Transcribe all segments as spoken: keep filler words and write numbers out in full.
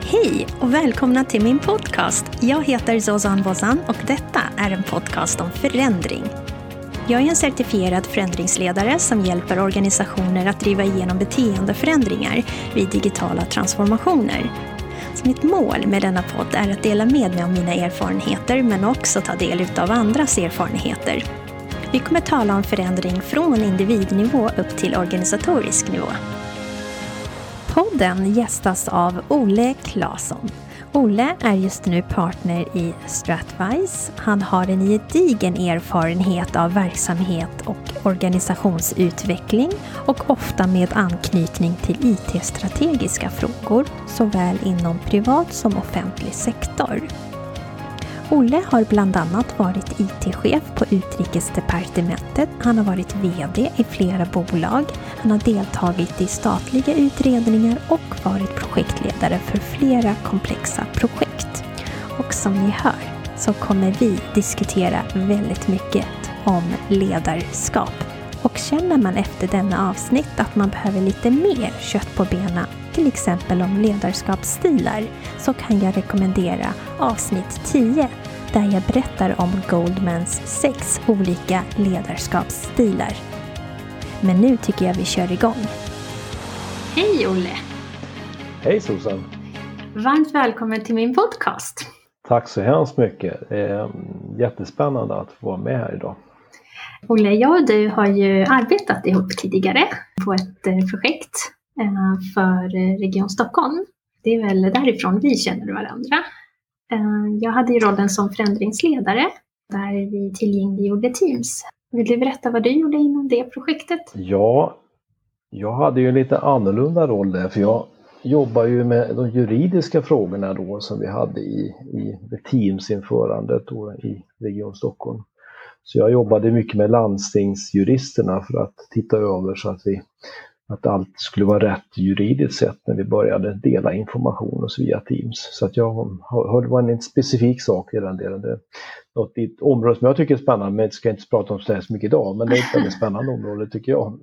Hej och välkomna till min podcast. Jag heter Zozan Bozan och detta är en podcast om förändring. Jag är en certifierad förändringsledare som hjälper organisationer att driva igenom beteendeförändringar vid digitala transformationer. Så mitt mål med denna podd är att dela med mig av mina erfarenheter men också ta del av andras erfarenheter. Vi kommer tala om förändring från individnivå upp till organisatorisk nivå. Podden gästas av Olle Claesson. Olle är just nu partner i Stratwise. Han har en gedigen erfarenhet av verksamhet och organisationsutveckling och ofta med anknytning till I T-strategiska frågor såväl inom privat som offentlig sektor. Olle har bland annat varit I T-chef på Utrikesdepartementet. Han har varit vd i flera bolag. Han har deltagit i statliga utredningar och varit projektledare för flera komplexa projekt. Och som ni hör så kommer vi diskutera väldigt mycket om ledarskap. Och känner man efter denna avsnitt att man behöver lite mer kött på benen, till exempel om ledarskapsstilar, så kan jag rekommendera avsnitt tio där jag berättar om Goldmans sex olika ledarskapsstilar. Men nu tycker jag vi kör igång. Hej Olle! Hej Susan! Varmt välkommen till min podcast. Tack så hemskt mycket. Det är jättespännande att få vara med här idag. Olle, jag och du har ju arbetat ihop tidigare på ett projekt för Region Stockholm. Det är väl därifrån vi känner varandra. Jag hade ju rollen som förändringsledare där vi tillgängliggjorde Teams. Vill du berätta vad du gjorde inom det projektet? Ja, jag hade ju en lite annorlunda roll där, för jag jobbar ju med de juridiska frågorna då som vi hade i, i Teams-införandet då i Region Stockholm. Så jag jobbade mycket med landstingsjuristerna för att titta över så att vi att allt skulle vara rätt juridiskt sett när vi började dela information och så via Teams. Så att jag har, det var en specifik sak i den delen. Det är något, ett område som jag tycker är spännande, men jag ska inte prata om så här så mycket idag, men det är ett väldigt spännande område tycker jag.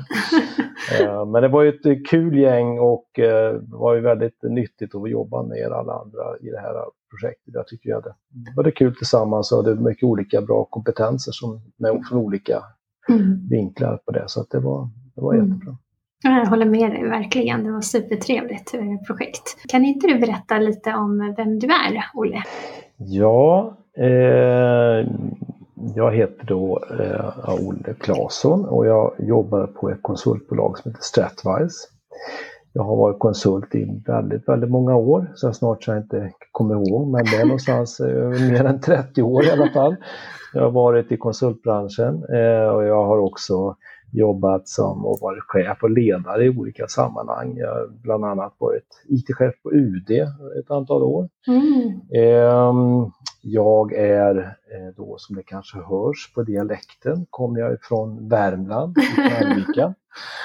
Men det var ju ett kul gäng och det var ju väldigt nyttigt att jobba med er alla andra i det här projektet. Jag tycker att det var det kul tillsammans och det är mycket olika bra kompetenser som, med från olika mm. vinklar på det, så att det var, det var mm. jättebra. Jag håller med dig, verkligen. Det var supertrevligt projekt. Kan inte du berätta lite om vem du är, Olle? Ja, eh, jag heter då eh, Olle Claesson och jag jobbar på ett konsultbolag som heter Stratwise. Jag har varit konsult i väldigt, väldigt många år, så jag snart så jag inte kommer ihåg, men det är någonstans eh, mer än trettio år i alla fall. Jag har varit i konsultbranschen eh, och jag har också jobbat som och varit chef och ledare i olika sammanhang. Jag har bland annat varit I T-chef på U D ett antal år. Mm. Jag är då, som det kanske hörs på dialekten, kommer jag från Värmland, i Arvika.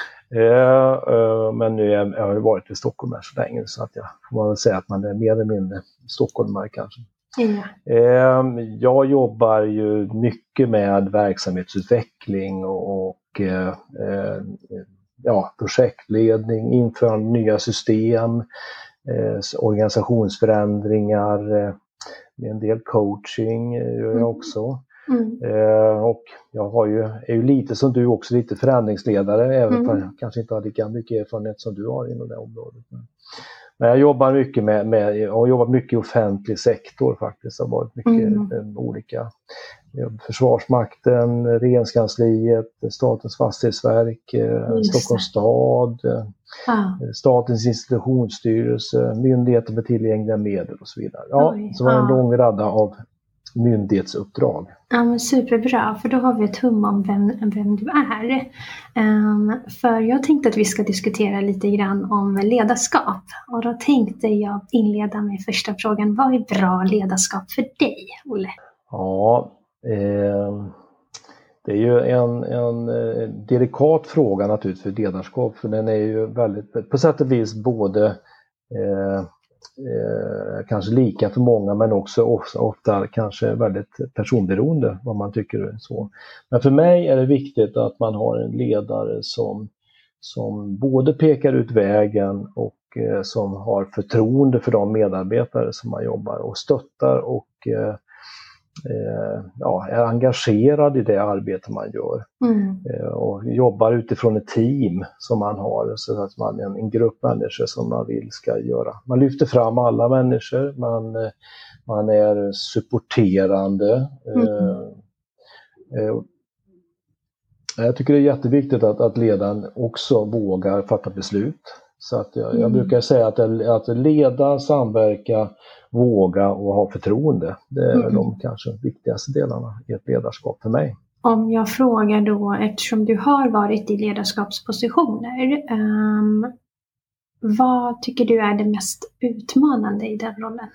Men nu är, jag har jag varit i Stockholm här så länge så att jag får väl säga att man är mer eller mindre stockholmare kanske. Mm. Jag jobbar ju mycket med verksamhetsutveckling och, och eh, ja, projektledning, införande nya system, eh, organisationsförändringar, eh, en del coaching gör jag också. Mm. Eh, och jag har ju, är ju lite som du också lite förändringsledare, även mm. om jag kanske inte har lika mycket erfarenhet som du har inom det området. Men jag jobbar mycket med, med jag har jobbat mycket i offentlig sektor faktiskt. Det har varit mycket mm. olika. Försvarsmakten, Regeringskansliet, Statens fastighetsverk, Stockholms stad, ah. Statens institutionsstyrelse, Myndigheten för tillgängliga medel och så vidare. Ja, Oj, så var det en ah. lång radda av myndighetsuppdrag. Ja, men superbra, för då har vi ett hum om vem, vem du är. Um, för jag tänkte att vi ska diskutera lite grann om ledarskap. Och då tänkte jag inleda med första frågan. Vad är bra ledarskap för dig, Olle? Ja, eh, det är ju en, en eh, delikat fråga naturligtvis för ledarskap. För den är ju väldigt, på sätt och vis både eh, Eh, kanske lika för många, men också ofta, ofta kanske väldigt personberoende vad man tycker är så. Men för mig är det viktigt att man har en ledare som, som både pekar ut vägen och eh, som har förtroende för de medarbetare som man jobbar och stöttar och eh, eh, ja, är engagerad i det arbete man gör. Mm. Eh, och jobbar utifrån ett team som man har, så att man är en, en grupp människor som man vill ska göra. Man lyfter fram alla människor, man, eh, man är supporterande. Mm. Eh, eh, Jag tycker det är jätteviktigt att, att ledaren också vågar fatta beslut. Så att jag, mm. jag brukar säga att, att leda, samverka, våga och ha förtroende. Det är mm. de kanske viktigaste delarna i ett ledarskap för mig. Om jag frågar då, eftersom du har varit i ledarskapspositioner, um, vad tycker du är det mest utmanande i den rollen?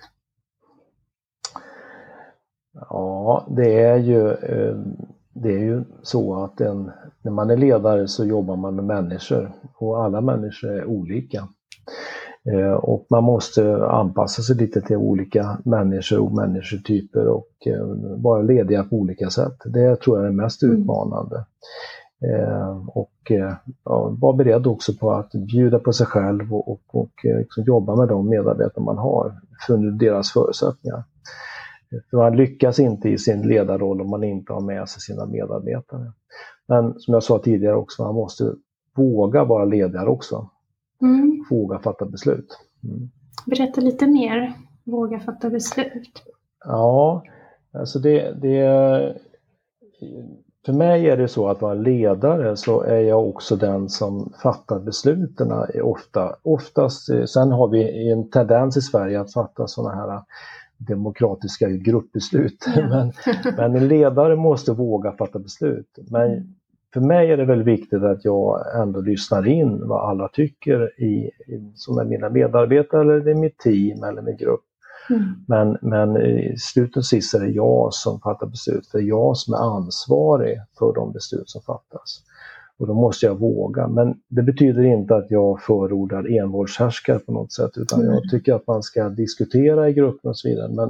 Ja, det är ju... Det är ju så att en, när man är ledare så jobbar man med människor och alla människor är olika. Eh, och man måste anpassa sig lite till olika människor och människotyper och eh, vara lediga på olika sätt. Det tror jag är mest utmanande. Eh, och eh, ja, vara beredd också på att bjuda på sig själv och, och, och liksom jobba med de medarbetare man har för deras förutsättningar. För man lyckas inte i sin ledarroll om man inte har med sig sina medarbetare. Men som jag sa tidigare också, man måste våga vara ledare också. Mm. Våga fatta beslut. Mm. Berätta lite mer. Våga fatta beslut. Ja, alltså det, det... För mig är det så att vara ledare så är jag också den som fattar besluten ofta. Oftast, sen har vi en tendens i Sverige att fatta sådana här demokratiska gruppbeslut. Ja. men, men en ledare måste våga fatta beslut. Men mm. för mig är det väldigt viktigt att jag ändå lyssnar in vad alla tycker i, i, som är mina medarbetare eller i mitt team eller min grupp. Mm. Men, men i slutet och sist är det jag som fattar beslut. För det är jag som är ansvarig för de beslut som fattas. Och då måste jag våga. Men det betyder inte att jag förordar envåldshärskare på något sätt. Utan mm. jag tycker att man ska diskutera i gruppen och så vidare. Men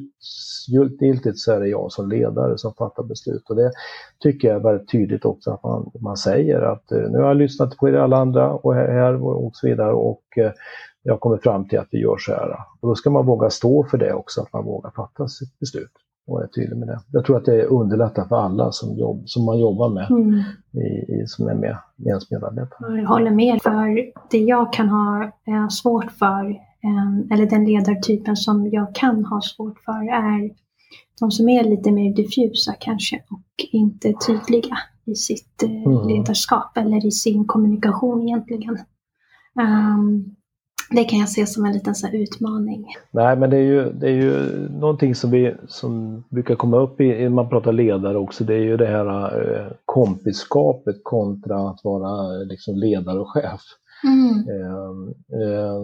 slutgiltigt så är det jag som ledare som fattar beslut. Och det tycker jag är väldigt tydligt också att man, man säger att nu har jag lyssnat på er alla andra och här och så vidare. Och jag kommer fram till att vi gör så här. Och då ska man våga stå för det också. Att man vågar fatta sitt beslut. Och är tydlig med det. Jag tror att det underlättar för alla som, jobb, som man jobbar med, mm. i, i, som är med med ens medarbetare. Jag håller med, för det jag kan ha eh, svårt för, eh, eller den ledartypen som jag kan ha svårt för, är de som är lite mer diffusa kanske och inte tydliga i sitt eh, mm. ledarskap eller i sin kommunikation egentligen. Um, Det kan jag se som en liten så här utmaning. Nej, men det är ju, det är ju någonting som, vi, som brukar komma upp i, när man pratar ledare också. Det är ju det här eh, kompiskapet kontra att vara liksom ledare och chef. Mm. Eh, eh,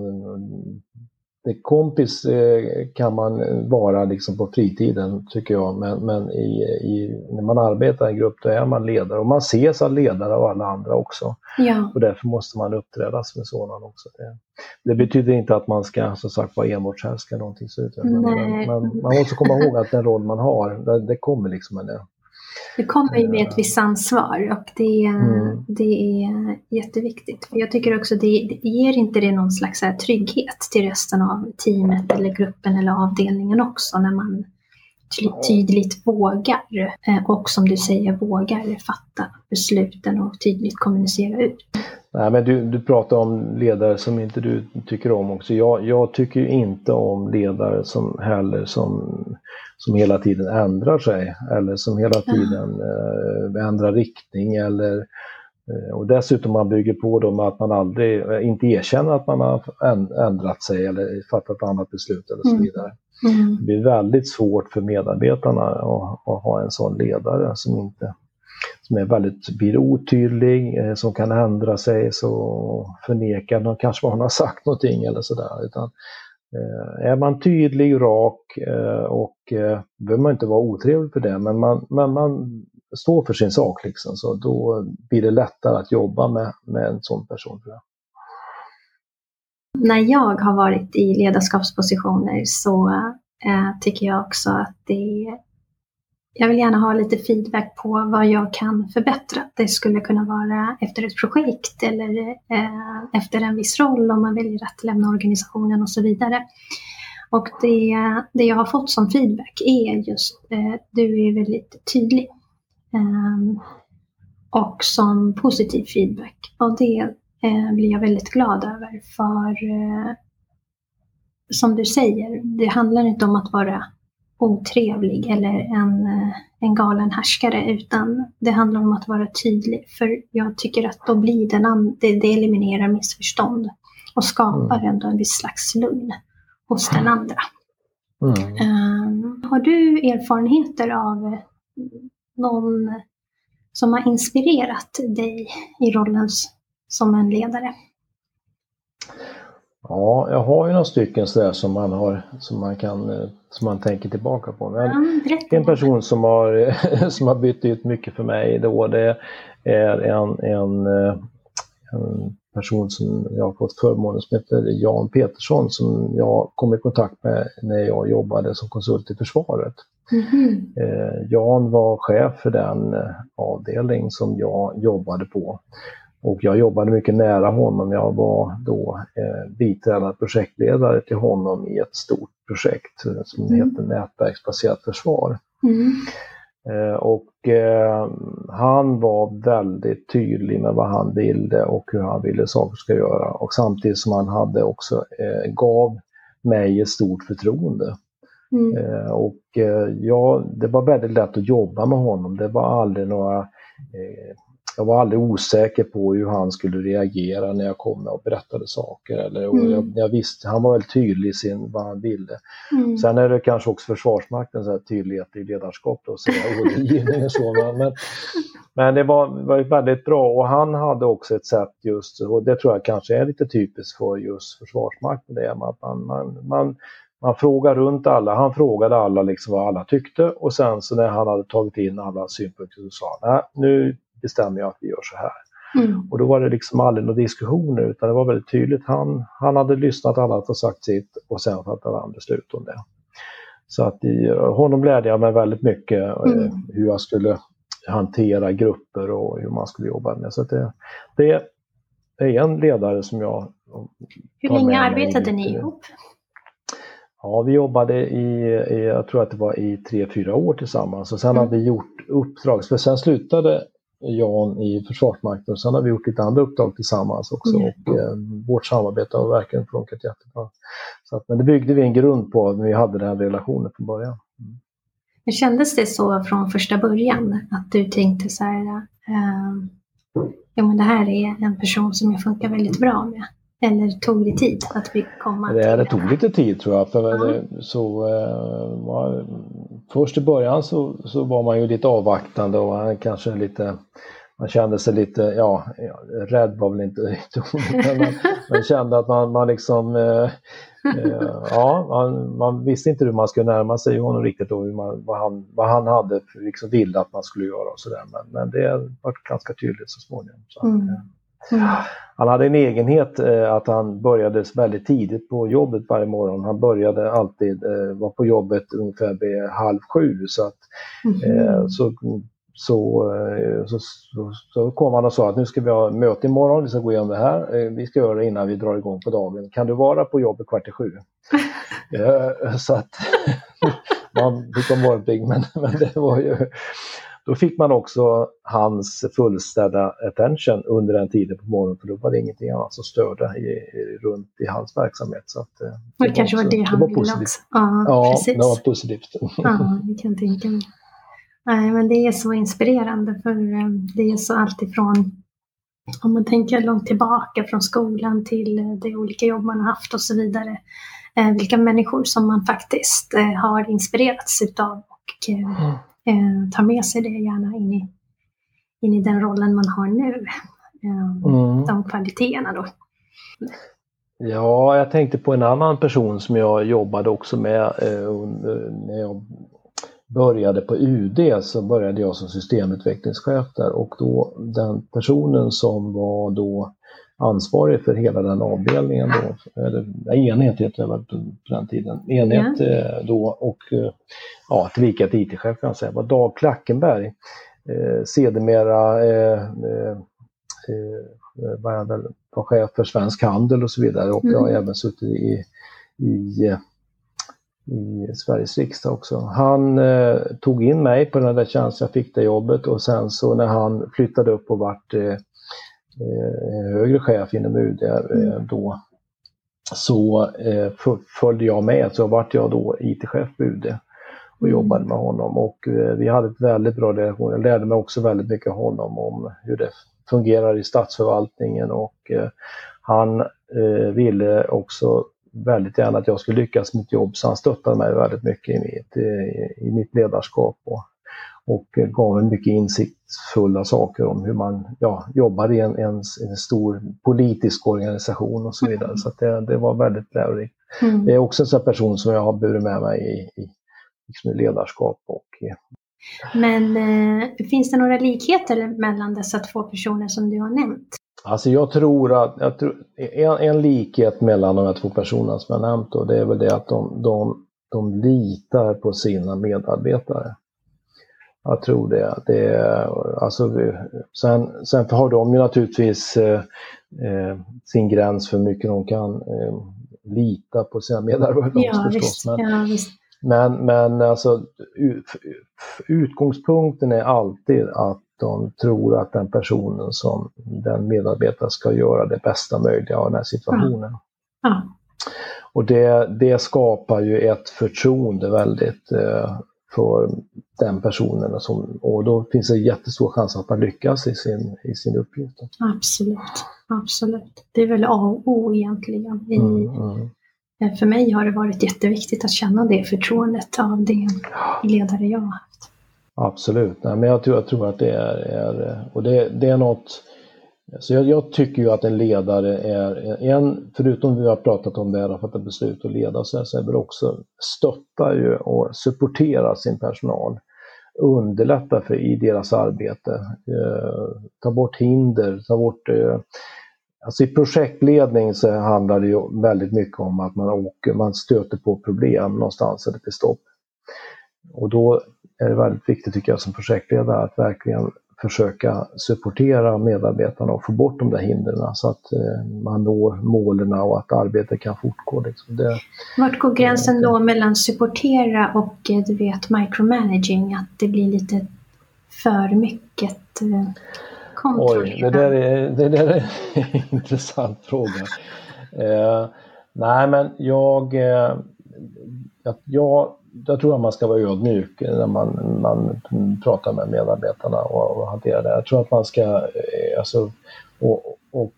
det kompis eh, kan man vara liksom på fritiden tycker jag. Men, men i, i, när man arbetar i en grupp då är man ledare. Och man ses av ledare och alla andra också. Ja. Och därför måste man uppträda som en sådan också. Det, det betyder inte att man ska som sagt vara envåldshärskare eller någonting sånt. Men, men man måste komma ihåg att den roll man har, det, det kommer liksom med det. Det kommer ju med ett visst ansvar och det, mm. det är jätteviktigt. För jag tycker också det, det ger inte det någon slags här trygghet till resten av teamet eller gruppen eller avdelningen också när man tydligt vågar och som du säger vågar fatta besluten och tydligt kommunicera ut. Nej, men du, du pratar om ledare som inte du tycker om också. Jag, jag tycker ju inte om ledare som heller som, som hela tiden ändrar sig eller som hela tiden eh, ändrar riktning eller eh, och dessutom man bygger på dem att man aldrig eh, inte erkänner att man har ändrat sig eller fattat ett annat beslut eller så vidare. Mm. Det blir väldigt svårt för medarbetarna att, att ha en sån ledare som inte som är väldigt blir otydlig, eh, som kan ändra sig så förnekar de kanske vad han har sagt någonting eller sådär. Utan eh, är man tydlig, rak eh, och eh, behöver man inte vara otrevlig för det, men man, men man står för sin sak liksom, så då blir det lättare att jobba med, med en sån person. Tror jag. När jag har varit i ledarskapspositioner så eh, tycker jag också att det jag vill gärna ha lite feedback på vad jag kan förbättra. Det skulle kunna vara efter ett projekt eller eh, efter en viss roll om man väljer att lämna organisationen och så vidare. Och det, det jag har fått som feedback är just eh, du är väldigt tydlig. Eh, och som positiv feedback. Och det eh, blir jag väldigt glad över. För eh, som du säger, det handlar inte om att vara otrevlig eller en, en galen härskare, utan det handlar om att vara tydlig. För jag tycker att då blir den and- det, det eliminerar missförstånd och skapar mm. ändå en viss slags lugn hos den andra. Mm. Um, har du erfarenheter av någon som har inspirerat dig i rollen som en ledare? Ja, jag har ju några stycken sådär som man har, som man kan, som man tänker tillbaka på. Men ja, en person som har, som har bytt ut mycket för mig då, det är en, en, en person som jag har fått förmånen som heter Jan Petersson, som jag kom i kontakt med när jag jobbade som konsult i försvaret. Mm-hmm. Eh, Jan var chef för den avdelning som jag jobbade på. Och jag jobbade mycket nära honom. Jag var då eh, biträdande projektledare till honom i ett stort projekt eh, som mm. heter Nätverksbaserat försvar. Mm. Eh, och eh, han var väldigt tydlig med vad han ville och hur han ville saker ska göra. Och samtidigt som han hade också eh, gav mig ett stort förtroende. Mm. Eh, och eh, ja, det var väldigt lätt att jobba med honom. Det var aldrig några... Eh, Jag var aldrig osäker på hur han skulle reagera när jag kom och berättade saker. Eller, och jag, jag visste, han var väldigt tydlig i sin, vad han ville. Mm. Sen är det kanske också Försvarsmakten så här tydlighet i ledarskap och så ordergivning och så. Men, men, men det var, var väldigt bra, och han hade också ett sätt just, och det tror jag kanske är lite typiskt för just Försvarsmakten, det är att man, man, man, man frågar runt alla. Han frågade alla liksom vad alla tyckte, och sen så när han hade tagit in alla synpunkter så sa han, nej, nu bestämmer jag att vi gör så här. Mm. Och då var det liksom aldrig några diskussioner, utan det var väldigt tydligt. Han, han hade lyssnat, alla hade sagt sitt, och sen fattade han beslut om det. Så att i honom lärde jag mig väldigt mycket mm. eh, hur jag skulle hantera grupper och hur man skulle jobba med. Så att det, det är en ledare som jag... Hur länge arbetade ni ihop? Ja, vi jobbade i, i, jag tror att det var i tre, fyra år tillsammans. Och sen mm. har vi gjort uppdrag. För sen slutade Jan i Försvarsmakten, och sen har vi gjort lite andra uppdrag tillsammans också. Mm. Och eh, vårt samarbete har verkligen funkat jättebra. Så att, men det byggde vi en grund på när vi hade den här relationen från början. Mm. Men kändes det så från första början att du tänkte så här, eh, ja men det här är en person som jag funkar väldigt bra med? Eller tog det tid att vi komma till det? Det tog lite tid tror jag. För mm. det, så, eh, var, först i början så, så var man ju lite avvaktande, och man kanske lite, man kände sig lite, ja, rädd var väl inte riktigt, men man, man kände att man, man liksom, eh, eh, ja, man, man visste inte hur man skulle närma sig honom riktigt, och hur man, vad, han, vad han hade liksom ville att man skulle göra och sådär. Men, men det var ganska tydligt så småningom. Så, mm. Mm. Han hade en egenhet eh, att han började väldigt tidigt på jobbet varje morgon. Han började alltid eh, vara på jobbet ungefär vid halv sju. Så, att, mm. eh, så, så, eh, så, så, så kom han och sa att nu ska vi ha möte imorgon. Vi ska gå igenom det här. Eh, vi ska göra det innan vi drar igång på dagen. Kan du vara på jobbet kvart i sju? eh, så att man fick vara morgonpigg, men, men det var ju... Då fick man också hans fullständiga attention under den tiden på morgonen, för då var det ingenting annat som störde i, i, runt i hans verksamhet. Så att, det, det var kanske också, var det han det var ville positivt. Också. Ja, ja precis. Det var positivt. Ja, det kan jag tänka mig. Nej, men det är så inspirerande, för det är så alltifrån, om man tänker långt tillbaka från skolan till de olika jobb man har haft och så vidare. Vilka människor som man faktiskt har inspirerats utav och mm. Eh, ta med sig det gärna in i, in i den rollen man har nu. Eh, mm. De kvaliteterna då. Ja, jag tänkte på en annan person som jag jobbade också med eh, under, när jag började på U D, så började jag som systemutvecklingschef där, och då den personen som var då ansvarig för hela den avdelningen då, eller enhet heter det väl på den tiden, enhet yeah. då, och ja, tillika ett I T-chef kan jag säga, var Dag Klackenberg, eh, sedermera eh, eh, var jag väl var chef för Svensk Handel och så vidare, och mm. jag har även suttit i, i i Sveriges riksdag också. Han eh, tog in mig på den där chansen, jag fick det jobbet, och sen så när han flyttade upp och vart eh, högre chef inom U D eh, då, så eh, följde jag med, så vart jag då I T-chef på U D och mm. jobbade med honom, och eh, vi hade ett väldigt bra relation. Jag lärde mig också väldigt mycket av honom om hur det fungerar i statsförvaltningen, och eh, han eh, ville också väldigt gärna att jag skulle lyckas med mitt jobb, så han stöttade mig väldigt mycket i mitt, i, i mitt ledarskap, och, och gav mig mycket insiktsfulla saker om hur man ja, jobbar i en, en, en stor politisk organisation och så vidare. Mm. Så att det, det var väldigt lärorikt. Mm. Det är också en sån person som jag har burit med mig i, i, liksom i ledarskap. Och, Men eh, finns det några likheter mellan dessa två personer som du har nämnt? Alltså jag tror att jag tror, en, en likhet mellan de här två personerna som jag nämnt då, det är väl det att de, de, de litar på sina medarbetare. Jag tror det. det är, alltså, sen, sen har de ju naturligtvis eh, eh, sin gräns för hur mycket de kan eh, lita på sina medarbetare. Ja, visst. Men, ja, visst. men, men alltså, utgångspunkten är alltid att de tror att den personen som den medarbetaren ska göra det bästa möjliga av den här situationen. Ja. Ja. Och det, det skapar ju ett förtroende väldigt eh, för den personen. Som, och då finns det jättestor chans att man lyckas i sin, i sin uppgift. Absolut, absolut. Det är väl A och O egentligen. I, mm, mm. För mig har det varit jätteviktigt att känna det förtroendet av den ledare jag har haft. Absolut, nej, men jag tror, jag tror att det är, är och det, det är något, så jag, jag tycker ju att en ledare är en, förutom vi har pratat om det här, att fatta beslut och leda, så är, så är det också stötta ju och supportera sin personal, underlätta för i deras arbete, eh, ta bort hinder, ta bort, eh, alltså i projektledning så handlar det ju väldigt mycket om att man åker, man stöter på problem någonstans eller till stopp, och då är det väldigt viktigt tycker jag som projektledare att verkligen försöka supportera medarbetarna och få bort de där hindren så att eh, man når målen och att arbetet kan fortgå. Liksom. Det, Vart går gränsen då mellan supportera och du vet micromanaging, att det blir lite för mycket eh, kontroll? Oj, det där är, det där är en intressant fråga. Eh, nej men jag, eh, jag Jag tror att man ska vara ödmjuk när man, man pratar med medarbetarna och, och hanterar det. Jag tror att man ska, alltså, och, och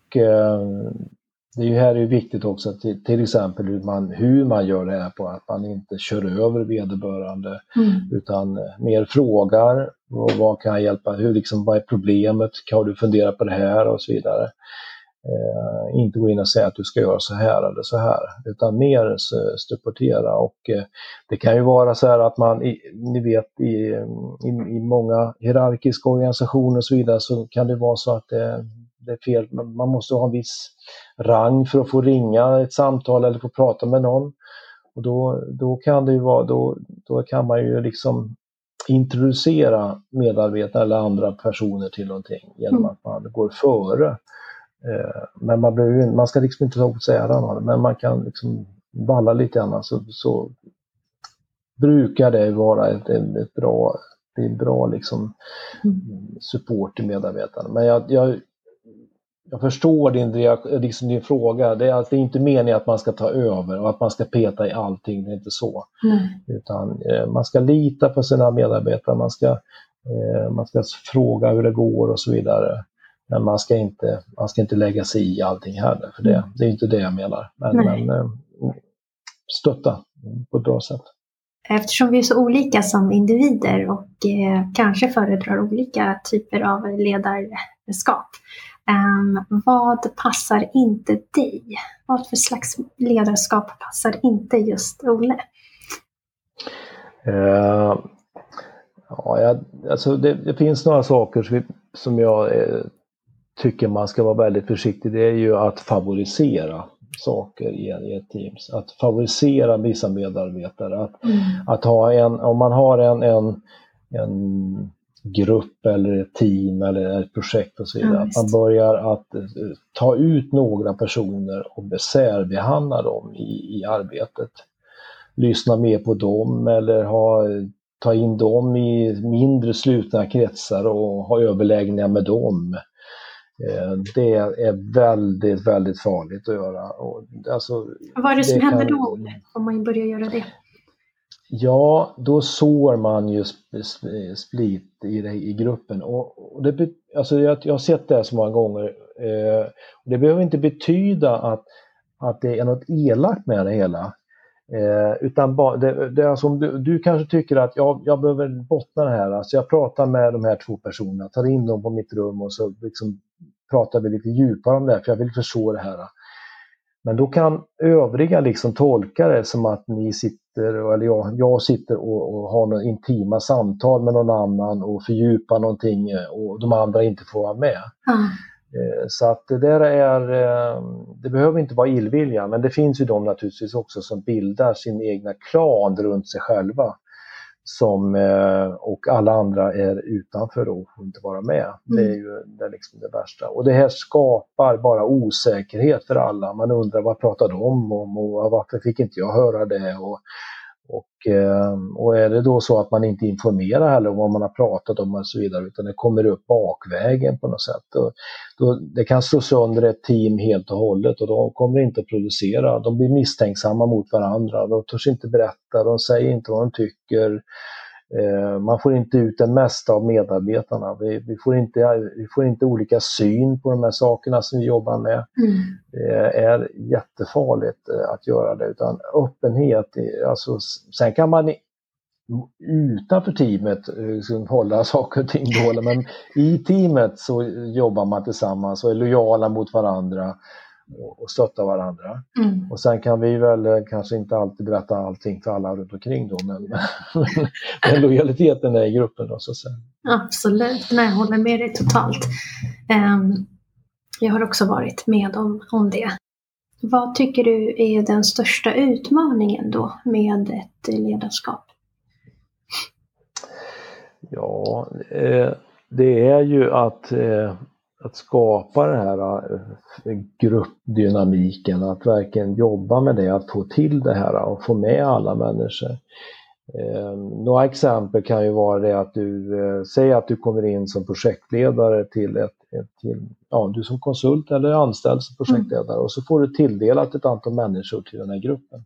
det är ju här är ju viktigt också att till, till exempel hur man, hur man gör det här på, att man inte kör över vederbörande mm. utan mer frågar, och vad kan jag hjälpa, hur liksom, vad är problemet, kan du fundera på det här och så vidare. Eh, inte gå in och säga att du ska göra så här eller så här, utan mer supportera. Och eh, det kan ju vara så här att man, i, ni vet i, i, i många hierarkiska organisationer och så vidare, så kan det vara så att det, det är fel, man måste ha en viss rang för att få ringa ett samtal eller få prata med någon, och då, då kan det ju vara, då, då kan man ju liksom introducera medarbetare eller andra personer till någonting genom att man går före. Men man, behöver, man ska liksom inte ta åt sig äran av det, men man kan liksom valla lite grann, så, så brukar det vara ett, ett bra, det är bra liksom support till medarbetarna. Men jag, jag, jag förstår din, liksom din fråga, det är, att det är inte meningen att man ska ta över och att man ska peta i allting, det är inte så. Mm. Utan eh, man ska lita på sina medarbetare, man ska, eh, man ska fråga hur det går och så vidare. Men man ska inte, man ska inte lägga sig i allting här, för det, det är inte det jag menar. Men, men stötta på ett bra sätt. Eftersom vi är så olika som individer och eh, kanske föredrar olika typer av ledarskap. Um, vad passar inte dig? Vad för slags ledarskap passar inte just Ole? Uh, ja, jag, alltså det, det finns några saker som, vi, som jag... Eh, tycker man ska vara väldigt försiktig, det är ju att favorisera saker i, i ett team. Att favorisera vissa medarbetare. Att, mm. att ha en, om man har en, en, en grupp eller ett team eller ett projekt och så vidare. Ja, att man börjar att ta ut några personer och särbehandla dem i, i arbetet. Lyssna mer på dem eller ha, ta in dem i mindre slutna kretsar och ha överläggningar med dem. Det är väldigt, väldigt farligt att göra. Och alltså, vad är det som det händer kan, då om man börjar göra det? Ja, då sår man ju split i, det, i gruppen. Och, och det, alltså jag, jag har sett det så många gånger. Eh, det behöver inte betyda att, att det är något elakt med det hela. Eh, utan bara, det, det är som du, du kanske tycker att jag, jag behöver bottna det här. Alltså jag pratar med de här två personerna, tar in dem på mitt rum och så liksom pratar vi lite djupare om det, för jag vill förstå det här. Men då kan övriga liksom tolka det som att ni sitter, eller jag, jag sitter och, och har några intima samtal med någon annan och fördjupar någonting och de andra inte får vara med. Mm. Så att det där är, det behöver inte vara illvilja, men det finns ju de naturligtvis också som bildar sin egna klan runt sig själva. Som, och alla andra är utanför och får inte vara med. Mm. Det är ju det, är liksom det värsta. Och det här skapar bara osäkerhet för alla. Man undrar vad pratar de om och varför fick inte jag höra det? Och, och, och är det då så att man inte informerar heller om vad man har pratat om och så vidare, utan det kommer upp bakvägen på något sätt. Och då, det kan slå sönder ett team helt och hållet och de kommer inte att producera. De blir misstänksamma mot varandra. De törs inte berätta, de säger inte vad de tycker. Eh, man får inte ut det mesta av medarbetarna. Vi, vi, får inte, vi får inte olika syn på de här sakerna som vi jobbar med. Mm. Det är jättefarligt att göra det, utan öppenhet. Alltså, sen kan man utanför teamet liksom hålla saker och ting dåliga, men i teamet så jobbar man tillsammans och är lojala mot varandra och stöttar varandra. Mm. Och sen kan vi väl kanske inte alltid berätta allting för alla runt omkring då, men, men lojaliteten är i gruppen då, så att säga. Absolut, nej, jag håller med dig totalt. Um, jag har också varit med om, om det. Vad tycker du är den största utmaningen då med ett ledarskap? Ja, eh, det är ju att, eh, att skapa den här eh, gruppdynamiken, att verkligen jobba med det, att få till det här och få med alla människor. Eh, några exempel kan ju vara det att du eh, säger att du kommer in som projektledare till ett, ett till, ja, du som konsult eller anställd som projektledare, mm. och så får du tilldelat ett antal människor till den här gruppen.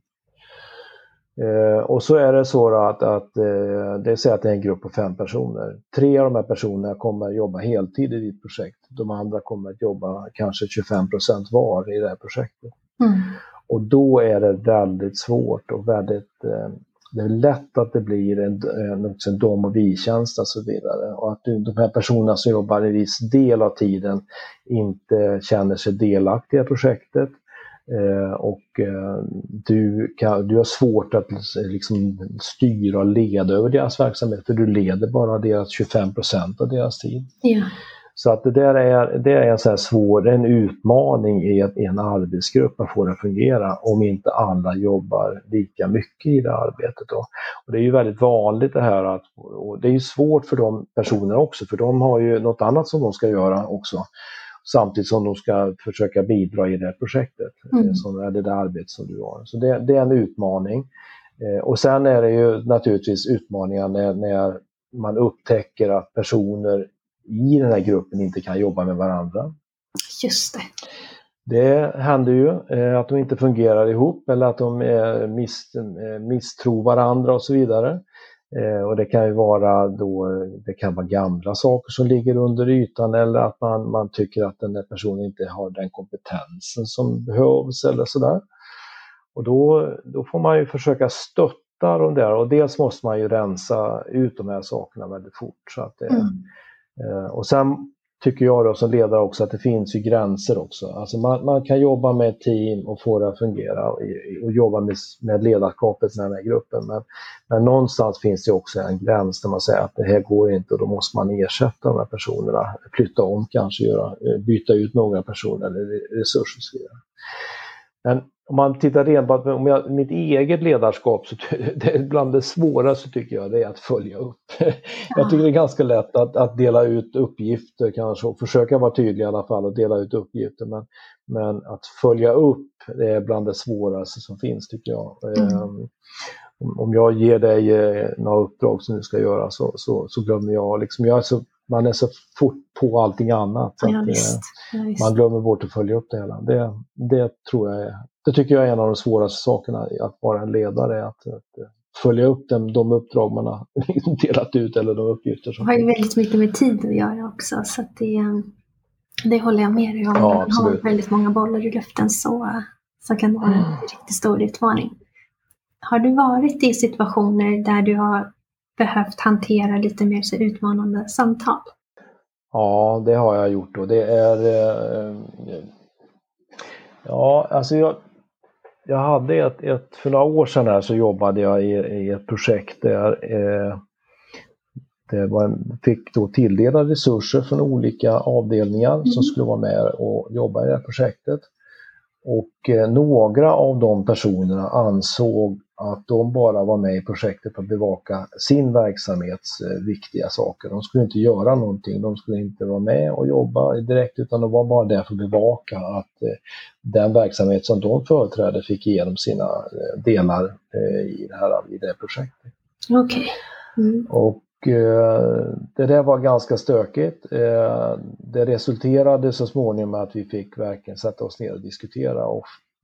Eh, och så är det så att, att eh, det säger att det är en grupp på fem personer. Tre av de här personerna kommer att jobba heltid i ditt projekt. De andra kommer att jobba kanske tjugofem procent var i det här projektet. Mm. Och då är det väldigt svårt och väldigt, eh, det är lätt att det blir en, en, en dom- och vi-tjänst och så vidare. Och att du, de här personerna som jobbar en viss del av tiden inte känner sig delaktiga i projektet. Eh, och eh, du, kan, du har svårt att liksom styra och leda över deras verksamhet, för du leder bara deras tjugofem procent av deras tid. Ja. Så att det där är, det är en så här svår, en utmaning i, ett, i en arbetsgrupp att få det att fungera om inte alla jobbar lika mycket i det arbetet då. Och det är ju väldigt vanligt det här att, och det är ju svårt för de personerna också, för de har ju något annat som de ska göra också. Samtidigt som de ska försöka bidra i det här projektet, mm. som är det där arbetet som du har. Så det, det är en utmaning. Eh, och sen är det ju naturligtvis utmaningar när, när man upptäcker att personer i den här gruppen inte kan jobba med varandra. Just det. Det händer ju eh, att de inte fungerar ihop eller att de eh, miss, eh, misstror varandra och så vidare. Eh, och det kan ju vara då, det kan vara gamla saker som ligger under ytan, eller att man, man tycker att den där personen inte har den kompetensen som behövs eller sådär. Och då, då får man ju försöka stötta dem där, och dels måste man ju rensa ut de här sakerna väldigt fort. Så att det, mm. eh, och sen tycker jag då som ledare också att det finns ju gränser också. Alltså man, man kan jobba med ett team och få det att fungera och, och jobba med, med ledarskapet med den här gruppen. Men, men någonstans finns det också en gräns där man säger att det här går inte och då måste man ersätta de här personerna. Flytta om kanske, göra, byta ut några personer eller resurser och så vidare. Men om man tittar rent på om jag, mitt eget ledarskap, så det är bland det svåraste tycker jag, det är att följa upp. Jag tycker det är ganska lätt att, att dela ut uppgifter kanske och försöka vara tydlig i alla fall och dela ut uppgifter. Men, men att följa upp, det är bland det svåraste som finns tycker jag. Mm. Um, om jag ger dig några uppdrag som du ska göra så, så, så glömmer jag. Liksom, jag är så, man är så fort på allting annat. Så ja, att, visst. Ja, visst. Man glömmer bort att följa upp det hela. Det, det tror jag är, det tycker jag är en av de svåraste sakerna att vara en ledare. Att, att följa upp dem, de uppdrag man har delat ut eller de uppgifter som... Det har ju väldigt mycket med tid att göra också. Så att det, det håller jag med dig om. Ja, man absolut. har väldigt många bollar i luften så, så kan det vara en riktigt stor utmaning. Har du varit i situationer där du har behövt hantera lite mer så utmanande samtal? Ja, det har jag gjort och det är eh, ja, alltså jag jag hade ett, ett för några år sedan här så jobbade jag i, i ett projekt där eh, det var en, fick då tilldela resurser från olika avdelningar mm. som skulle vara med och jobba i det här projektet. Och eh, några av de personerna ansåg att de bara var med i projektet för att bevaka sin verksamhets eh, viktiga saker. De skulle inte göra någonting, de skulle inte vara med och jobba direkt utan de var bara där för att bevaka att eh, den verksamhet som de företrädde fick igenom sina eh, delar eh, i, det här, i det här projektet. Okej. Okay. Mm. Och det där var ganska stökigt. Det resulterade så småningom med att vi fick verkligen sätta oss ner och diskutera och,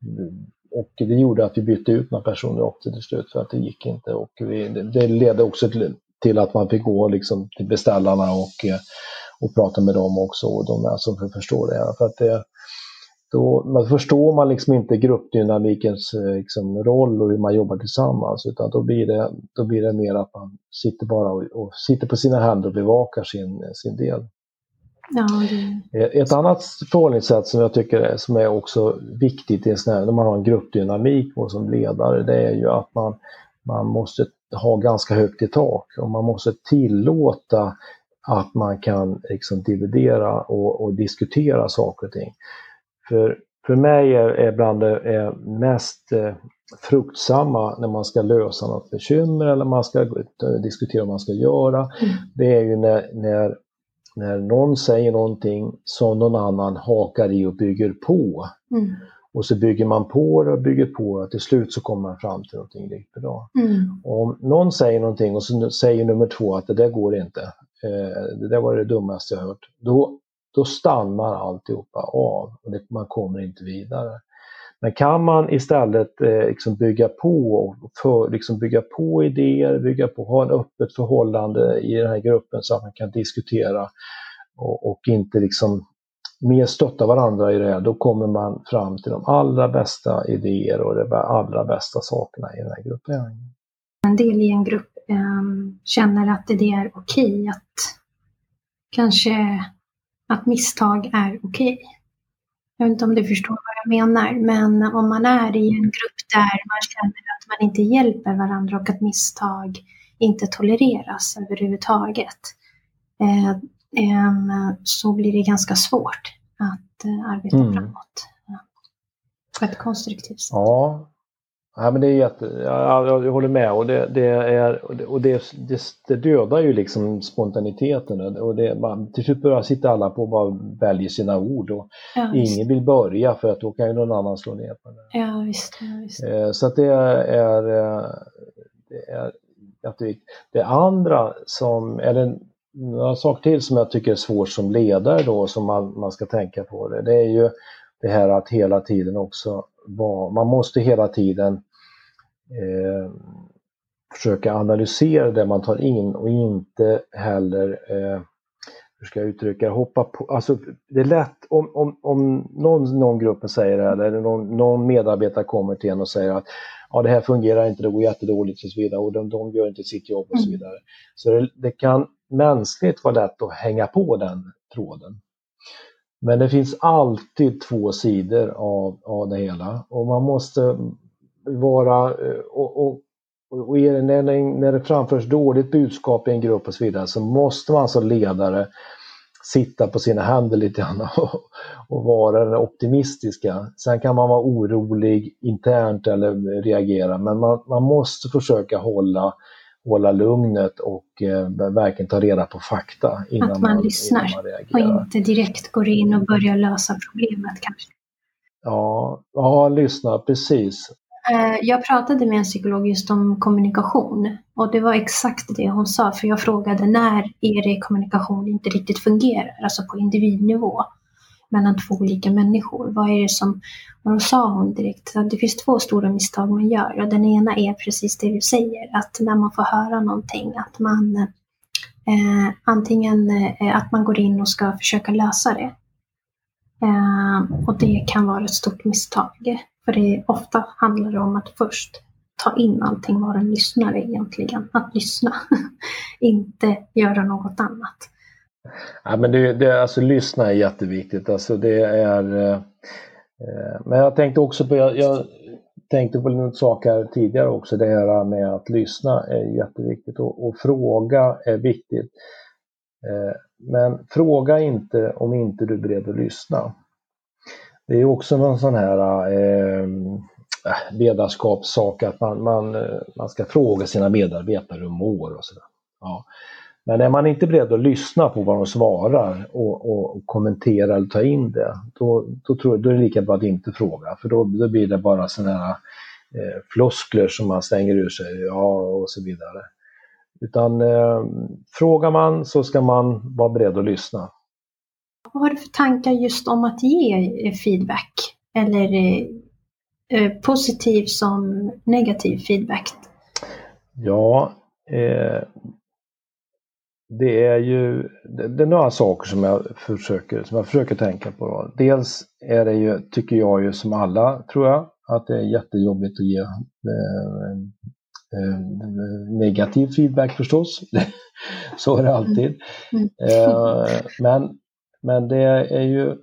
och det gjorde att vi bytte ut några personer också till slut för att det gick inte och vi, det ledde också till, till att man fick gå liksom till beställarna och, och prata med dem också och de är som förstår det här för att det Då man förstår man liksom inte gruppdynamikens liksom, roll och hur man jobbar tillsammans utan då blir det, då blir det mer att man sitter bara och, och sitter på sina händer och bevakar sin, sin del. Ja, det... Ett annat förhållningssätt som jag tycker är, som är också viktigt i när man har en gruppdynamik och som ledare det är ju att man, man måste ha ganska högt i tak och man måste tillåta att man kan liksom, dividera och, och diskutera saker och ting. För, för mig är, är bland det är mest eh, fruktsamma när man ska lösa något bekymmer eller man ska eh, diskutera vad man ska göra. Mm. Det är ju när, när, när någon säger någonting som någon annan hakar i och bygger på. Mm. Och så bygger man på det och bygger på det och till slut så kommer man fram till någonting riktigt bra. Mm. Om någon säger någonting och så säger nummer två att det där går inte. Eh, det där var det dummaste jag hört. Då Då stannar alltihopa av och det, man kommer inte vidare. Men kan man istället eh, liksom bygga på för, liksom bygga på idéer, bygga på, ha en öppet förhållande i den här gruppen så att man kan diskutera och, och inte liksom mer stötta varandra i det här, då kommer man fram till de allra bästa idéer och de allra bästa sakerna i den här gruppen. En del i en grupp um, känner att det är okej att kanske att misstag är okej. Jag vet inte om du förstår vad jag menar, men om man är i en grupp där man känner att man inte hjälper varandra och att misstag inte tolereras överhuvudtaget, eh, eh, så blir det ganska svårt att eh, arbeta mm. framåt ja, på ett konstruktivt sätt. Ja. Ja, men det är jätte, jag, jag, jag håller med och det, det är och det, det, det dödar ju liksom spontaniteten och det, man, till slut börjar sitta alla på och bara väljer sina ord och ja, ingen vill börja för att då kan ju någon annan slå ner på det. Ja, visst, ja, visst. Så att det är, det är jätteviktigt. Det andra som, eller några saker till som jag tycker är svårt som ledare då som man, man ska tänka på det, det är ju det här att hela tiden också vara, man måste hela tiden eh, försöka analysera det man tar in och inte heller eh, hur ska jag uttrycka hoppa på, alltså det är lätt om, om, om någon, någon grupp säger det här, eller någon, någon medarbetare kommer till en och säger att ja, det här fungerar inte, det går jättedåligt och så vidare och de, de gör inte sitt jobb och så vidare. Så det, det kan mänskligt vara lätt att hänga på den tråden. Men det finns alltid två sidor av, av det hela. Och man måste vara... Och, och, och när, det, när det framförs dåligt budskap i en grupp och så vidare, så måste man som ledare sitta på sina händer lite grann och, och vara den optimistiska. Sen kan man vara orolig internt eller reagera, men man, man måste försöka hålla, hålla lugnet och eh, verkligen ta reda på fakta innan att man, man lyssnar innan man reagerar. Och inte direkt går in och börjar lösa problemet kanske. Ja, ja, lyssna, precis. Jag pratade med en psykolog just om kommunikation och det var exakt det hon sa, för jag frågade när är det kommunikation inte riktigt fungerar, alltså på individnivå mellan två olika människor. Vad är det som, och då sa hon direkt att det finns två stora misstag man gör, och den ena är precis det du säger, att när man får höra någonting att man eh, antingen eh, att man går in och ska försöka lösa det. Eh, och det kan vara ett stort misstag. För det ofta handlar det om att först ta in allting, vara en lyssnare egentligen. Att lyssna, inte göra något annat. Ja, men det, det, alltså, lyssna är jätteviktigt. Alltså, det är, eh, men jag tänkte också på, jag, jag tänkte på något sak här tidigare också. Det här med att lyssna är jätteviktigt och, och fråga är viktigt. Eh, men fråga inte om inte du är beredd att lyssna. Det är också någon sån här eh, ledarskapssak att man, man, man ska fråga sina medarbetare hur de mår och sådär. Ja. Men är man inte beredd att lyssna på vad de svarar och, och, och kommentera eller ta in det, då, då, tror jag, då är det lika bra att inte fråga. För då, då blir det bara såna här eh, floskler som man stänger ur sig, ja, och så vidare. Utan eh, frågar man så ska man vara beredd att lyssna. Vad har du för tankar just om att ge feedback? Eller eh, positiv som negativ feedback? Ja, eh, det är ju det, det är några saker som jag försöker, som jag försöker tänka på. Då. Dels är det ju, tycker jag ju som alla, tror jag, att det är jättejobbigt att ge eh, eh, negativ feedback förstås. Så är det alltid. Mm. Eh, men Men det är ju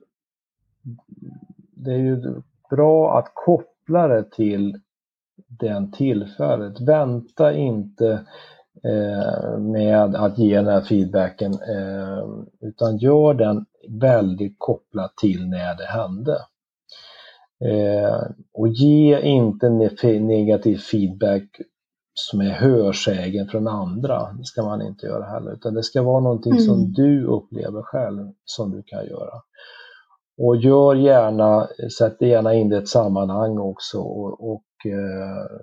det är ju bra att koppla det till den tillfället. Vänta inte eh, med att ge den här feedbacken eh, utan gör den väldigt kopplad till när det hände. Eh, och ge inte ne- negativ feedback som är hörsägen från andra. Det ska man inte göra heller. Utan det ska vara någonting mm. som du upplever själv som du kan göra. Och gör gärna, sätt gärna in det i ett sammanhang också. Och, och eh,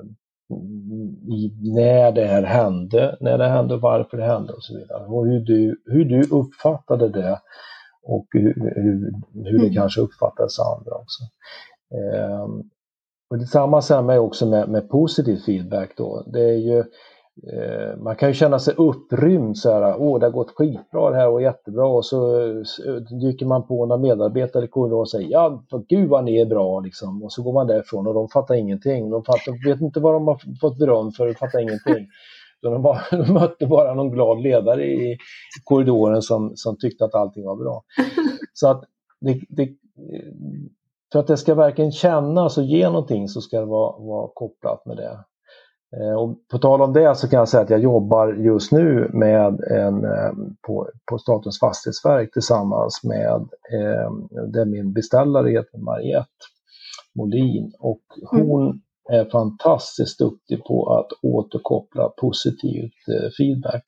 i, när det här hände, när det hände, varför det hände och så vidare. Och hur du, hur du uppfattade det och hur, hur, hur det mm. kanske uppfattades av andra också. Eh, Och detsamma samma är också med, med positiv feedback då. Det är ju, eh, man kan ju känna sig upprymd så här, åh det har gått skitbra det här och jättebra, och så dyker man på några medarbetare i korridoren och säger, ja gud vad ni är bra liksom, och så går man därifrån och de fattar ingenting. De fattar, vet inte vad de har fått beröm för, de fattar ingenting. De, bara, de mötte bara någon glad ledare i korridoren som, som tyckte att allting var bra. Så att det, det För att det ska verkligen kännas och ge någonting så ska det vara, vara kopplat med det. Eh, och på tal om det så kan jag säga att jag jobbar just nu med en, eh, på, på Statens fastighetsverk tillsammans med eh, där min beställare heter Mariette Molin. Och hon mm. är fantastiskt duktig på att återkoppla positivt eh, feedback.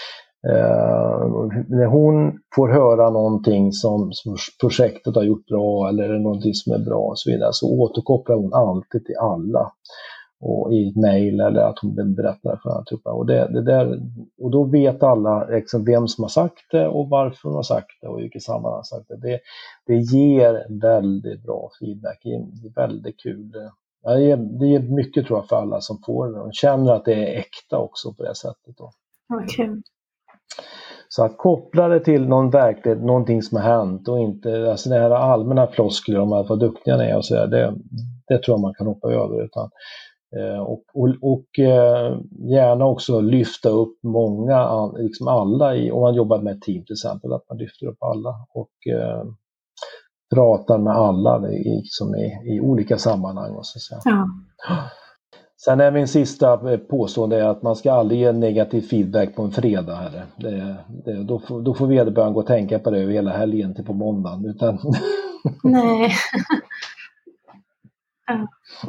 Uh, när hon får höra någonting som, som projektet har gjort bra eller någonting som är bra och så vidare, så återkopplar hon alltid till alla och i ett mejl eller att hon berättar för andra. Och, det, det där, och då vet alla liksom vem som har sagt det och varför de har sagt det och i vilket sammanhang har sagt det. det. Det ger väldigt bra feedback, det är väldigt kul. Det ger, det ger mycket tror jag för alla som får det. De känner att det är äkta också på det sättet då. Okej. Okay. Så att koppla det till någon verklighet, någonting som har hänt och inte, alltså det här allmänna floskler om att vad duktiga ni är och så där, det, det tror jag man kan hoppa över. Utan, eh, och och, och eh, gärna också lyfta upp många, liksom alla, i, om man jobbar med ett team till exempel, att man lyfter upp alla och, eh, pratar med alla i, som är, i olika sammanhang. Och så säga. Ja. Sen är min sista påstående är att man ska aldrig ge negativ feedback på en fredag. Här. Det, det, då, får, då får vederbörande gå och tänka på det över hela helgen till på måndagen. Utan... Nej. Ja.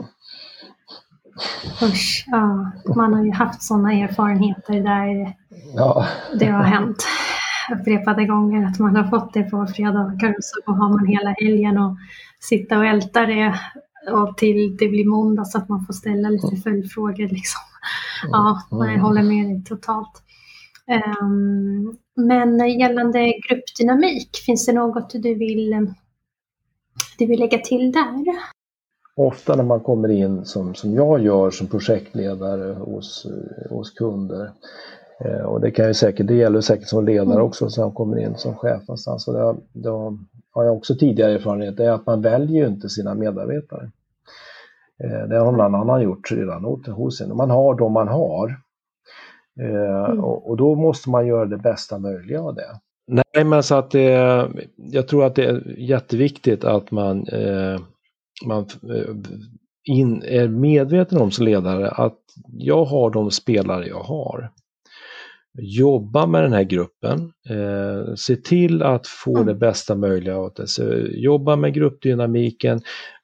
Usch, ja. Man har ju haft sådana erfarenheter där ja. det har hänt upprepade gånger att man har fått det på fredagar och så har man hela helgen och sitta och älta det och till det blir måndag så att man får ställa lite följdfrågor liksom. Ja, jag håller med dig totalt. Um, men gällande gruppdynamik, finns det något du vill, du vill lägga till där? Ofta när man kommer in som, som jag gör som projektledare hos, hos kunder, eh, och det kan ju säkert, det gäller säkert som ledare också som kommer in som chef någonstans, och det, det har jag också tidigare erfarenhet, det är att man väljer ju inte sina medarbetare. Eh, det har någon annan gjort redan hos en. Man har de man har. Eh, mm. och, och då måste man göra det bästa möjliga av det. Nej, men så att det, jag tror att det är jätteviktigt att man eh, man in, är medveten om som ledare att jag har de spelare jag har. Jobba med den här gruppen. Eh, se till att få mm. det bästa möjliga åt det. Så jobba med gruppdynamiken.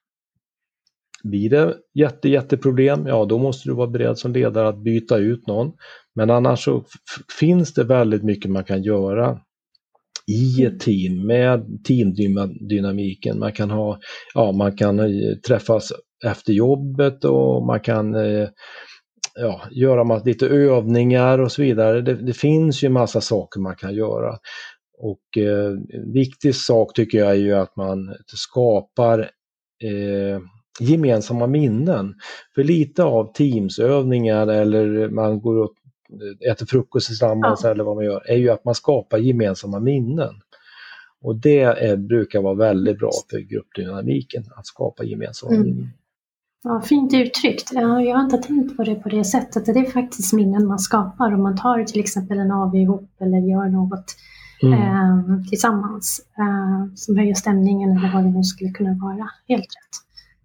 Blir det jätte, jätteproblem, ja då måste du vara beredd som ledare att byta ut någon. Men annars så f- finns det väldigt mycket man kan göra i ett team med teamdynamiken. Man kan ha, ja, man kan träffas efter jobbet och man kan ja, göra lite övningar och så vidare. Det, det finns ju en massa saker man kan göra. Och eh, viktig sak tycker jag är ju att man skapar eh, gemensamma minnen. För lite av teamsövningar eller man går och äter frukost tillsammans ja. eller vad man gör, är ju att man skapar gemensamma minnen. Och det är, brukar vara väldigt bra för gruppdynamiken, att skapa gemensamma mm. minnen. Ja, fint uttryckt. Jag har inte tänkt på det på det sättet. Det är faktiskt minnen man skapar om man tar till exempel en A V ihop eller gör något mm. eh, tillsammans eh, som höjer stämningen eller vad det nu skulle kunna vara. Helt rätt.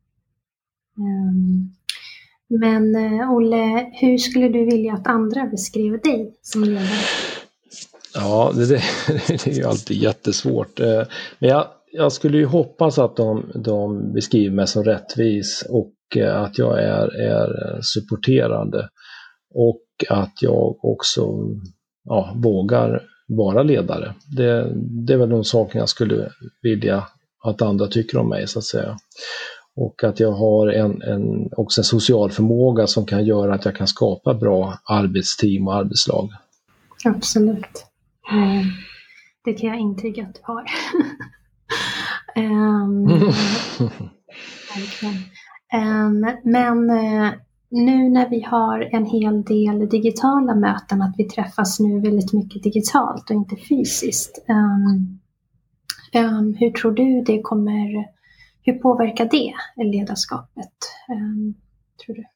Um, Men uh, Olle, hur skulle du vilja att andra beskriver dig som ledare? Ja, det, det, det är ju alltid jättesvårt. Men jag, jag skulle ju hoppas att de, de beskriver mig som rättvis och att jag är, är supporterande. Och att jag också ja, vågar vara ledare. Det, det är väl de saker jag skulle vilja att andra tycker om mig så att säga. Och att jag har en, en, också en social förmåga som kan göra att jag kan skapa bra arbetsteam och arbetslag. Absolut. Mm. Det kan jag intyga att du har. um, um, men uh, nu när vi har en hel del digitala möten, att vi träffas nu väldigt mycket digitalt och inte fysiskt. Um, um, hur tror du det kommer... Hur påverkar det ledarskapet, um, tror du?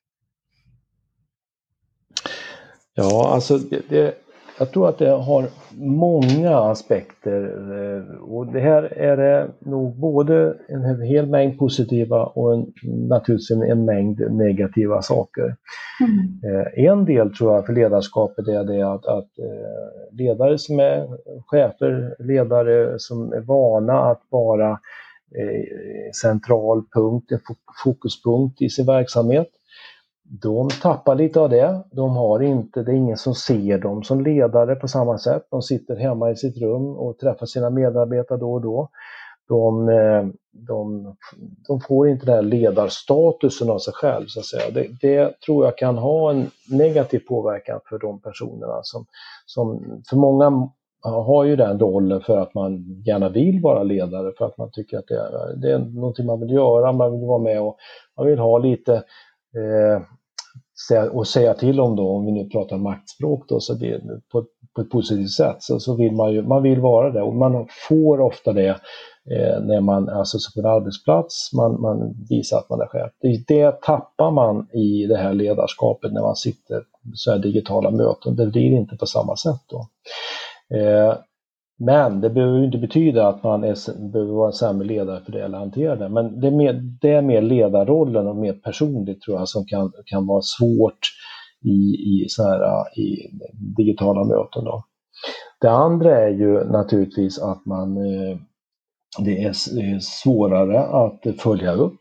Ja, alltså det, det, jag tror att det har många aspekter. Och det här är det nog både en hel mängd positiva och en, naturligtvis en, en mängd negativa saker. Mm. Eh, en del tror jag för ledarskapet är det att, att eh, ledare som är chefer, ledare som är vana att vara central punkt, en fokuspunkt i sin verksamhet. De tappar lite av det. De har inte, det är ingen som ser dem som ledare på samma sätt. De sitter hemma i sitt rum och träffar sina medarbetare då och då. De, de, de får inte den här ledarstatusen av sig själv så att säga. Det, det tror jag kan ha en negativ påverkan för de personerna som, som för många har ju den rollen för att man gärna vill vara ledare, för att man tycker att det är, det är någonting man vill göra, man vill vara med och man vill ha lite eh, säga, och säga till om då, om vi nu pratar maktspråk då, så det, på, på ett positivt sätt så, så vill man ju, man vill vara det och man får ofta det eh, när man, alltså på en arbetsplats, man, man visar att man är chef. Det, det tappar man i det här ledarskapet när man sitter så här digitala möten, det blir inte på samma sätt då. Eh, Men det behöver ju inte betyda att man är, behöver vara en sämre ledare för det eller hantera det. Men det är mer, det är mer ledarrollen och mer personligt tror jag som kan, kan vara svårt i, i, så här, i digitala möten. Då. Det andra är ju naturligtvis att man, det är svårare att följa upp.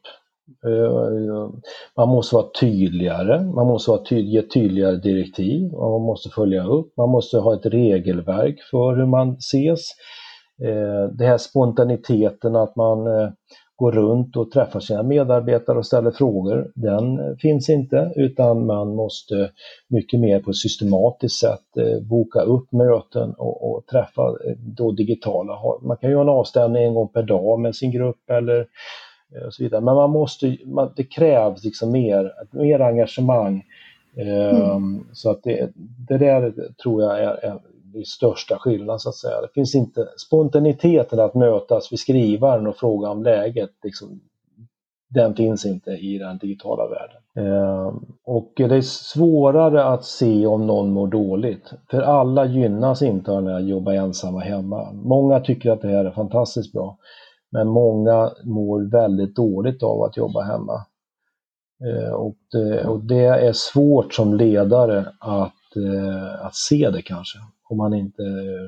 Man måste vara tydligare, man måste vara tyd- ge tydligare direktiv, man måste följa upp, man måste ha ett regelverk för hur man ses. Det här spontaniteten att man går runt och träffar sina medarbetare och ställer frågor, den finns inte, utan man måste mycket mer på ett systematiskt sätt boka upp möten och, och träffa då digitala. Man kan ju ha en avstämning en gång per dag med sin grupp eller och så vidare. Men man måste, man, det krävs liksom mer, mer engagemang. Mm. Så att det, det där tror jag är, är det största skillnaden så att säga. Det finns inte spontaniteten att mötas vid skrivaren och fråga om läget. Liksom, den finns inte i den digitala världen. Och det är svårare att se om någon mår dåligt. För alla gynnas inte av att jobba ensamma hemma. Många tycker att det här är fantastiskt bra. Men många mår väldigt dåligt av att jobba hemma. Eh, och, det, och det är svårt som ledare att, eh, att se det kanske. Om man inte...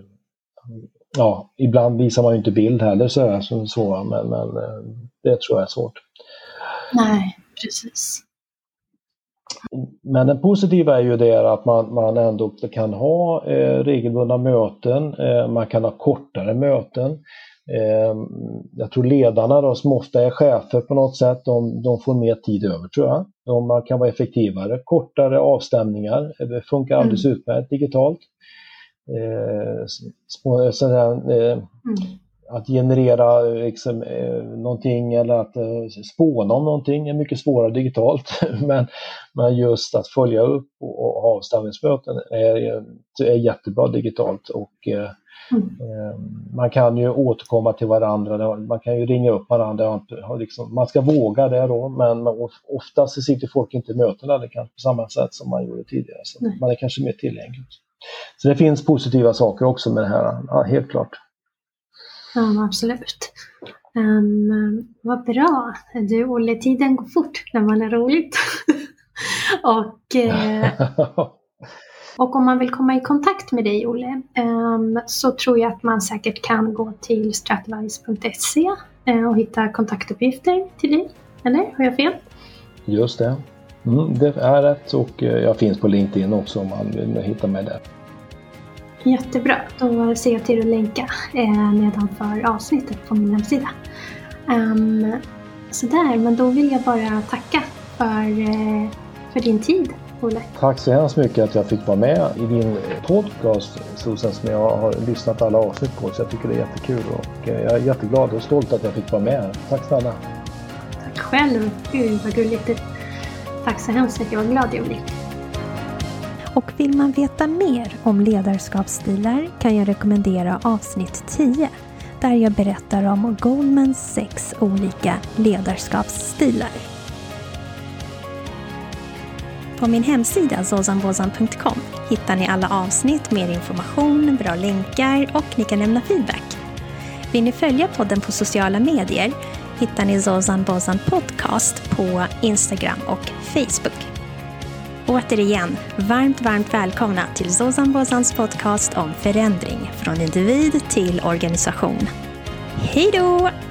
Ja, ibland visar man ju inte bild heller så här, som så, men, men det tror jag är svårt. Nej, precis. Men det positiva är ju det att man, man ändå kan ha eh, regelbundna möten. Eh, man kan ha kortare möten. Jag tror ledarna då, som ofta är chefer på något sätt, de, de får mer tid över tror jag. De, man kan vara effektivare, kortare avstämningar, det funkar alldeles mm. utmärkt digitalt. Eh, så, så där, eh, mm. Att generera liksom, eh, någonting eller att eh, spåna om någonting är mycket svårare digitalt. men, men just att följa upp och, och ha avstämningsmöten är, är jättebra digitalt och eh, Mm. Man kan ju återkomma till varandra, man kan ju ringa upp varandra, man ska våga det då, men oftast sitter folk inte i möten eller kanske på samma sätt som man gjorde tidigare, så mm. man är kanske mer tillgänglig. Så det finns positiva saker också med det här, ja, helt klart. Ja, absolut. Um, vad bra. Du, Olle, tiden går fort när man är roligt. och... Eh... Och om man vill komma i kontakt med dig, Olle, så tror jag att man säkert kan gå till stratwise punkt se och hitta kontaktuppgifter till dig. Eller? Har jag fel? Just det. Mm, det är rätt och jag finns på LinkedIn också om man vill hitta mig där. Jättebra. Då ser jag till att länka nedanför avsnittet på min hemsida. Sådär, men då vill jag bara tacka för, för din tid. Tack så hemskt mycket att jag fick vara med i din podcast, Susan, som jag har lyssnat alla avsnitt på, så jag tycker det är jättekul och jag är jätteglad och stolt att jag fick vara med. Tack snälla. Tack själv. Gud vad gulligt. Tack så hemskt mycket. Jag var glad jag blev. Och vill man veta mer om ledarskapsstilar kan jag rekommendera avsnitt tio där jag berättar om Goldmans sex olika ledarskapsstilar. På min hemsida zozan bozan punkt com hittar ni alla avsnitt, mer information, bra länkar och ni kan lämna feedback. Vill ni följa podden på sociala medier hittar ni Zozan Bozan Podcast på Instagram och Facebook. Återigen, varmt, varmt välkomna till Zozan Bozans podcast om förändring från individ till organisation. Hej då!